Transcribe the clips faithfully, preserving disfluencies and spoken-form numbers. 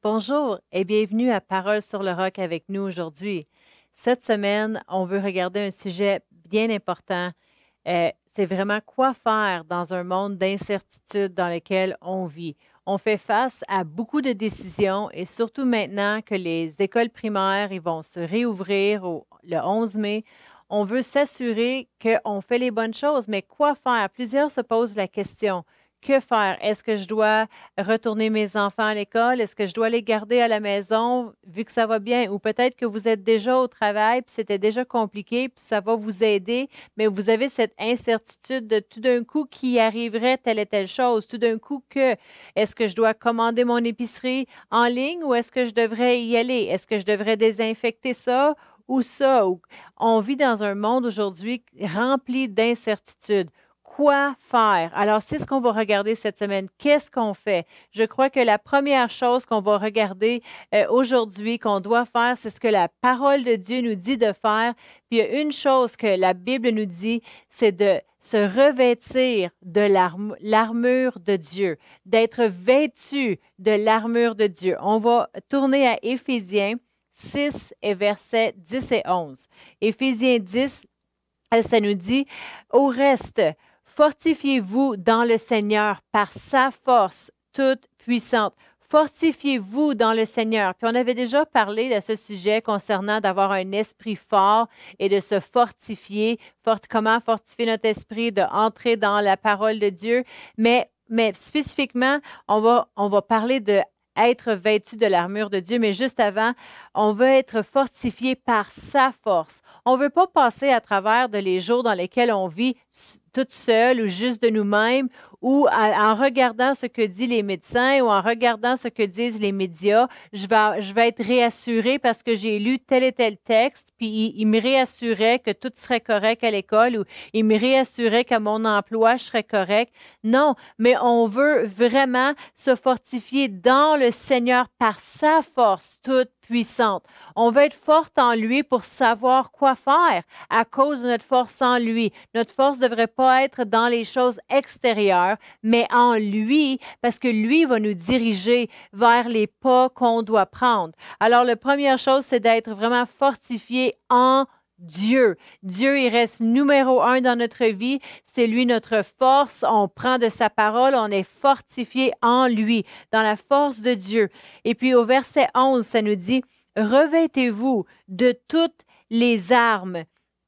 Bonjour et bienvenue à Parole sur le roc avec nous aujourd'hui. Cette semaine, on veut regarder un sujet bien important. Euh, c'est vraiment quoi faire dans un monde d'incertitude dans lequel on vit. On fait face à beaucoup de décisions et surtout maintenant que les écoles primaires ils vont se réouvrir au- le onze mai, on veut s'assurer qu'on fait les bonnes choses. Mais quoi faire? Plusieurs se posent la question. Que faire? Est-ce que je dois retourner mes enfants à l'école? Est-ce que je dois les garder à la maison vu que ça va bien? Ou peut-être que vous êtes déjà au travail, puis c'était déjà compliqué, puis ça va vous aider, mais vous avez cette incertitude de tout d'un coup qui arriverait telle et telle chose. Tout d'un coup que, est-ce que je dois commander mon épicerie en ligne ou est-ce que je devrais y aller? Est-ce que je devrais désinfecter ça ou ça? Ou- On vit dans un monde aujourd'hui rempli d'incertitudes. Quoi faire? Alors, c'est ce qu'on va regarder cette semaine. Qu'est-ce qu'on fait? Je crois que la première chose qu'on va regarder euh, aujourd'hui, qu'on doit faire, c'est ce que la parole de Dieu nous dit de faire. Puis il y a une chose que la Bible nous dit, c'est de se revêtir de l'arm- l'armure de Dieu, d'être vêtu de l'armure de Dieu. On va tourner à Éphésiens six et versets dix et onze. Éphésiens dix, euh, ça nous dit, au reste, fortifiez-vous dans le Seigneur par sa force toute puissante. Fortifiez-vous dans le Seigneur. Puis on avait déjà parlé de ce sujet concernant d'avoir un esprit fort et de se fortifier, fort, comment fortifier notre esprit, de entrer dans la parole de Dieu. Mais, mais spécifiquement, on va, on va parler de être vêtu de l'armure de Dieu, mais juste avant, on veut être fortifié par sa force. On ne veut pas passer à travers de les jours dans lesquels on vit s- toute seule ou juste de nous-mêmes ou à- en regardant ce que disent les médecins ou en regardant ce que disent les médias, je vais, je vais être réassurée parce que j'ai lu tel et tel texte, puis il, il me réassurait que tout serait correct à l'école ou il me réassurait qu'à mon emploi, je serais correct. Non, mais on veut vraiment se fortifier dans le Seigneur par sa force toute puissante. On veut être forte en lui pour savoir quoi faire à cause de notre force en lui. Notre force ne devrait pas être dans les choses extérieures, mais en lui, parce que lui va nous diriger vers les pas qu'on doit prendre. Alors, la première chose, c'est d'être vraiment fortifié en Dieu. Dieu, il reste numéro un dans notre vie. C'est lui notre force. On prend de sa parole. On est fortifié en lui, dans la force de Dieu. Et puis au verset onze, ça nous dit, revêtez-vous de toutes les armes,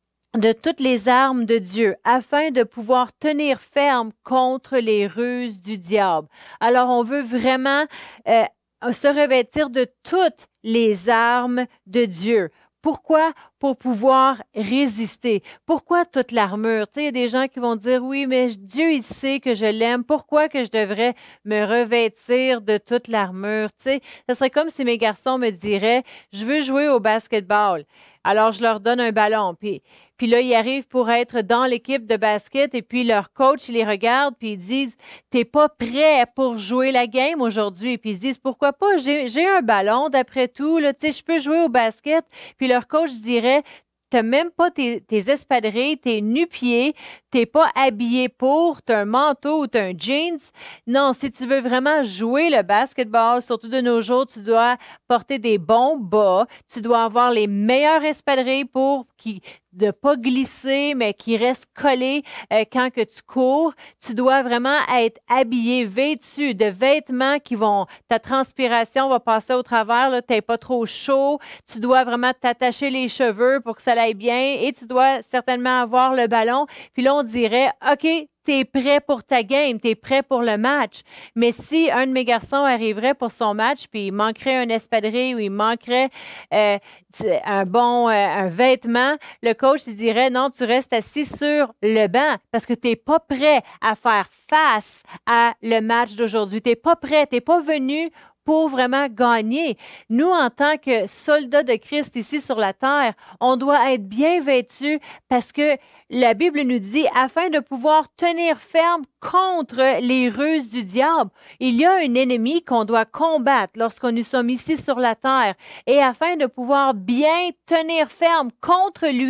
de toutes les armes de Dieu, afin de pouvoir tenir ferme contre les ruses du diable. Alors, on veut vraiment euh, se revêtir de toutes les armes de Dieu. Pourquoi? Pour pouvoir résister. Pourquoi toute l'armure? Tu sais, il y a des gens qui vont dire, oui, mais Dieu, il sait que je l'aime. Pourquoi que je devrais me revêtir de toute l'armure? Tu sais, ce serait comme si mes garçons me diraient, je veux jouer au basketball. Alors, je leur donne un ballon. Puis, puis là, ils arrivent pour être dans l'équipe de basket et puis leur coach, il les regarde puis ils disent, t'es pas prêt pour jouer la game aujourd'hui. Puis ils se disent, pourquoi pas? J'ai, j'ai un ballon d'après tout, là, tu sais, je peux jouer au basket. Puis leur coach dirait, t'as même pas tes, tes espadrilles, tes nu-pieds, t'es pas habillé pour, t'as un manteau ou t'as un jeans. Non, si tu veux vraiment jouer le basketball, surtout de nos jours, tu dois porter des bons bas, tu dois avoir les meilleurs espadrilles pour qui de pas glisser, mais qui restent collés euh, quand que tu cours. Tu dois vraiment être habillé, vêtu de vêtements qui vont, ta transpiration va passer au travers, tu n'es pas trop chaud. Tu dois vraiment t'attacher les cheveux pour que ça aille bien et tu dois certainement avoir le ballon. Puis là, on dirait, OK, tu es prêt pour ta game, tu es prêt pour le match. Mais si un de mes garçons arriverait pour son match, puis il manquerait un espadrille ou il manquerait euh, un bon euh, un vêtement, le coach il dirait non, tu restes assis sur le banc parce que tu n'es pas prêt à faire face à le match d'aujourd'hui. Tu n'es pas prêt, tu n'es pas venu pour vraiment gagner. Nous, en tant que soldats de Christ ici sur la terre, on doit être bien vêtus parce que la Bible nous dit, afin de pouvoir tenir ferme contre les ruses du diable, il y a un ennemi qu'on doit combattre lorsqu'on nous sommes ici sur la terre. Et afin de pouvoir bien tenir ferme contre lui,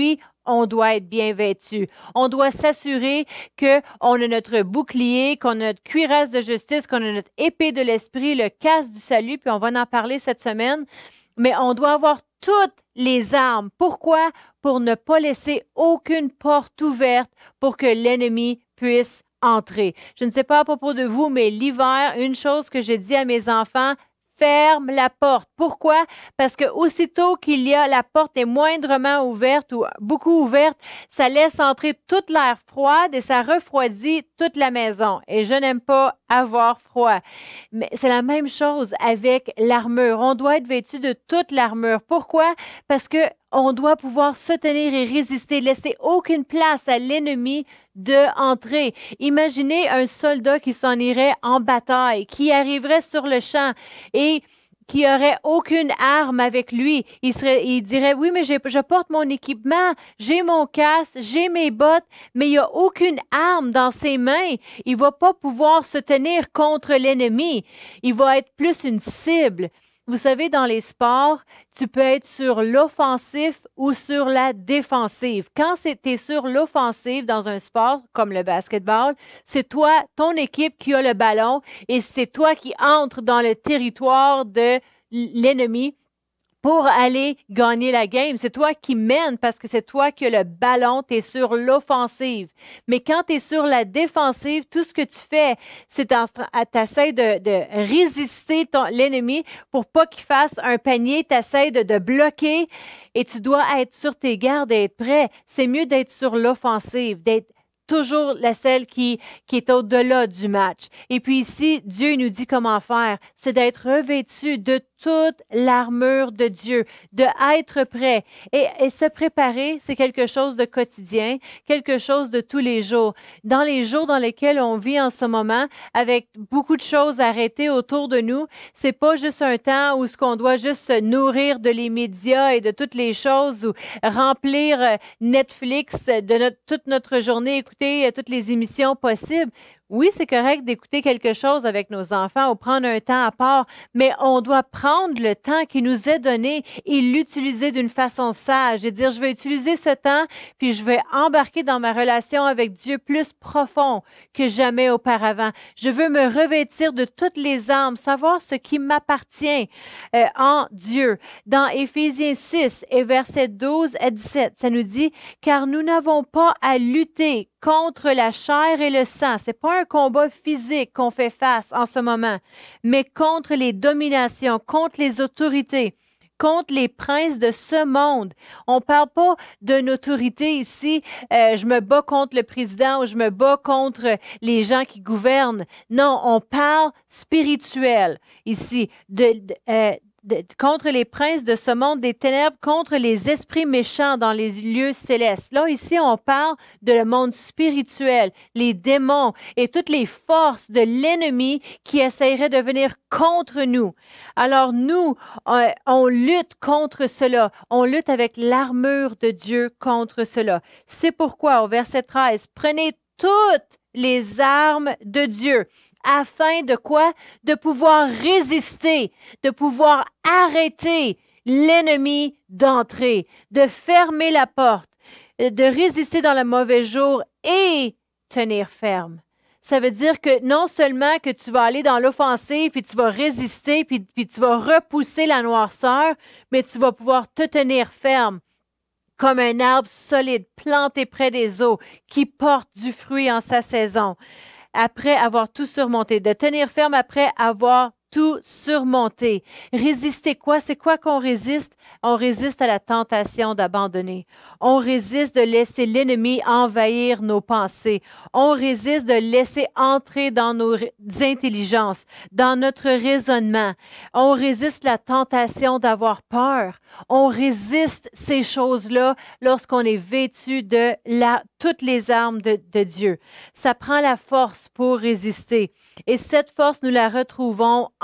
on doit être bien vêtu. On doit s'assurer qu'on a notre bouclier, qu'on a notre cuirasse de justice, qu'on a notre épée de l'esprit, le casque du salut, puis on va en parler cette semaine. Mais on doit avoir toutes les armes. Pourquoi? Pour ne pas laisser aucune porte ouverte pour que l'ennemi puisse entrer. Je ne sais pas à propos de vous, mais l'hiver, une chose que j'ai dit à mes enfants, ferme la porte. Pourquoi? Parce que aussitôt qu'il y a la porte est moindrement ouverte ou beaucoup ouverte, ça laisse entrer toute l'air froide et ça refroidit toute la maison. Et je n'aime pas avoir froid. Mais c'est la même chose avec l'armure. On doit être vêtu de toute l'armure. Pourquoi? Parce que on doit pouvoir se tenir et résister, laisser aucune place à l'ennemi de entrer. Imaginez un soldat qui s'en irait en bataille, qui arriverait sur le champ et qui aurait aucune arme avec lui. Il, serait, il dirait, oui, mais j'ai, je porte mon équipement, j'ai mon casque, j'ai mes bottes, mais il n'y a aucune arme dans ses mains. Il ne va pas pouvoir se tenir contre l'ennemi. Il va être plus une cible. Vous savez, dans les sports, tu peux être sur l'offensif ou sur la défensive. Quand tu es sur l'offensive dans un sport comme le basketball, c'est toi, ton équipe qui a le ballon et c'est toi qui entres dans le territoire de l'ennemi pour aller gagner la game. C'est toi qui mènes parce que c'est toi qui as le ballon, tu es sur l'offensive. Mais quand tu es sur la défensive, tout ce que tu fais, c'est tu essaies de, de résister ton, l'ennemi pour pas qu'il fasse un panier, tu essaies de, de bloquer et tu dois être sur tes gardes et être prêt. C'est mieux d'être sur l'offensive, d'être toujours la celle qui, qui est au-delà du match. Et puis ici, Dieu nous dit comment faire. C'est d'être revêtu de toute l'armure de Dieu, de être prêt. Et, et se préparer, c'est quelque chose de quotidien, quelque chose de tous les jours. Dans les jours dans lesquels on vit en ce moment, avec beaucoup de choses arrêtées autour de nous, c'est pas juste un temps où ce qu'on doit juste se nourrir de les médias et de toutes les choses ou remplir Netflix de notre, toute notre journée, écouter toutes les émissions possibles. Oui, c'est correct d'écouter quelque chose avec nos enfants ou prendre un temps à part, mais on doit prendre le temps qui nous est donné et l'utiliser d'une façon sage et dire, je vais utiliser ce temps, puis je vais embarquer dans ma relation avec Dieu plus profond que jamais auparavant. Je veux me revêtir de toutes les armes, savoir ce qui m'appartient euh, en Dieu. Dans Éphésiens six et versets douze à dix-sept, ça nous dit, car nous n'avons pas à lutter contre la chair et le sang. C'est pas un combat physique qu'on fait face en ce moment, mais contre les dominations, contre les autorités, contre les princes de ce monde. On ne parle pas d'une autorité ici, euh, je me bats contre le président ou je me bats contre les gens qui gouvernent. Non, on parle spirituel ici, de, de, euh, de, contre les princes de ce monde des ténèbres, contre les esprits méchants dans les lieux célestes. Là, ici, on parle de le monde spirituel, les démons et toutes les forces de l'ennemi qui essaieraient de venir contre nous. Alors, nous, euh, on lutte contre cela. On lutte avec l'armure de Dieu contre cela. C'est pourquoi, au verset treize, prenez toutes les armes de Dieu. Afin de quoi? De pouvoir résister, de pouvoir arrêter l'ennemi d'entrer, de fermer la porte, de résister dans le mauvais jour et tenir ferme. Ça veut dire que non seulement que tu vas aller dans l'offensive, puis tu vas résister, puis, puis tu vas repousser la noirceur, mais tu vas pouvoir te tenir ferme comme un arbre solide planté près des eaux qui porte du fruit en sa saison. Après avoir tout surmonté, de tenir ferme après avoir tout surmonté. Résister quoi? C'est quoi qu'on résiste? On résiste à la tentation d'abandonner. On résiste de laisser l'ennemi envahir nos pensées. On résiste de laisser entrer dans nos intelligences, dans notre raisonnement. On résiste la tentation d'avoir peur. On résiste ces choses-là lorsqu'on est vêtu de la, toutes les armes de, de Dieu. Ça prend la force pour résister. Et cette force, nous la retrouvons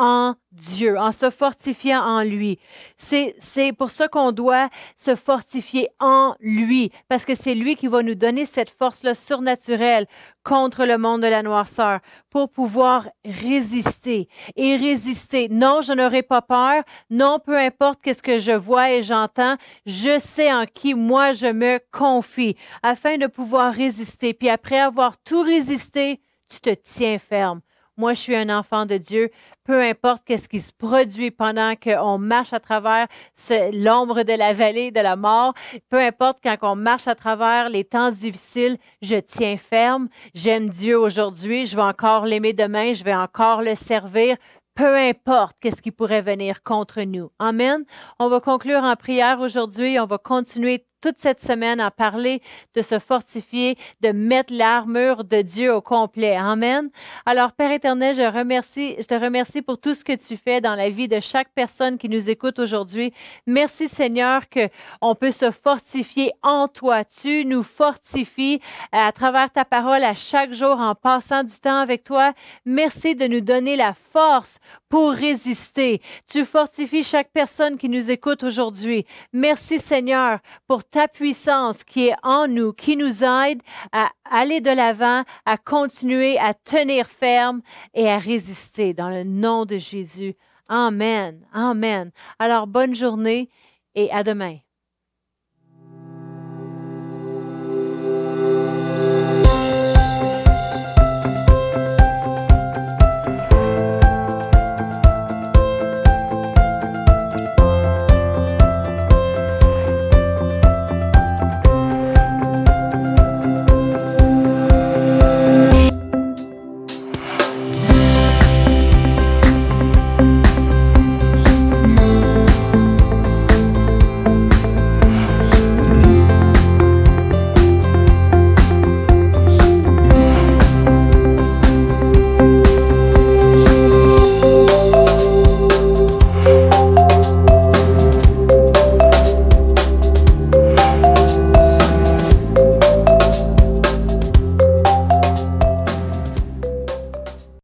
en Dieu, en se fortifiant en lui. C'est, c'est pour ça qu'on doit se fortifier en lui, parce que c'est lui qui va nous donner cette force-là surnaturelle contre le monde de la noirceur pour pouvoir résister et résister. Non, je n'aurai pas peur. Non, peu importe qu'est-ce que je vois et j'entends, je sais en qui moi je me confie afin de pouvoir résister. Puis après avoir tout résisté, tu te tiens ferme. Moi, je suis un enfant de Dieu. Peu importe qu'est-ce qui se produit pendant qu'on marche à travers ce- l'ombre de la vallée de la mort, peu importe quand on marche à travers les temps difficiles, je tiens ferme. J'aime Dieu aujourd'hui. Je vais encore l'aimer demain. Je vais encore le servir. Peu importe qu'est-ce qui pourrait venir contre nous. Amen. On va conclure en prière aujourd'hui. On va continuer toute cette semaine à parler de se fortifier, de mettre l'armure de Dieu au complet. Amen. Alors, Père éternel, je remercie, je te remercie pour tout ce que tu fais dans la vie de chaque personne qui nous écoute aujourd'hui. Merci, Seigneur, que on peut se fortifier en toi. Tu nous fortifies à travers ta parole à chaque jour en passant du temps avec toi. Merci de nous donner la force pour résister. Tu fortifies chaque personne qui nous écoute aujourd'hui. Merci, Seigneur, pour ta puissance qui est en nous, qui nous aide à aller de l'avant, à continuer à tenir ferme et à résister dans le nom de Jésus. Amen. Amen. Alors, bonne journée et à demain.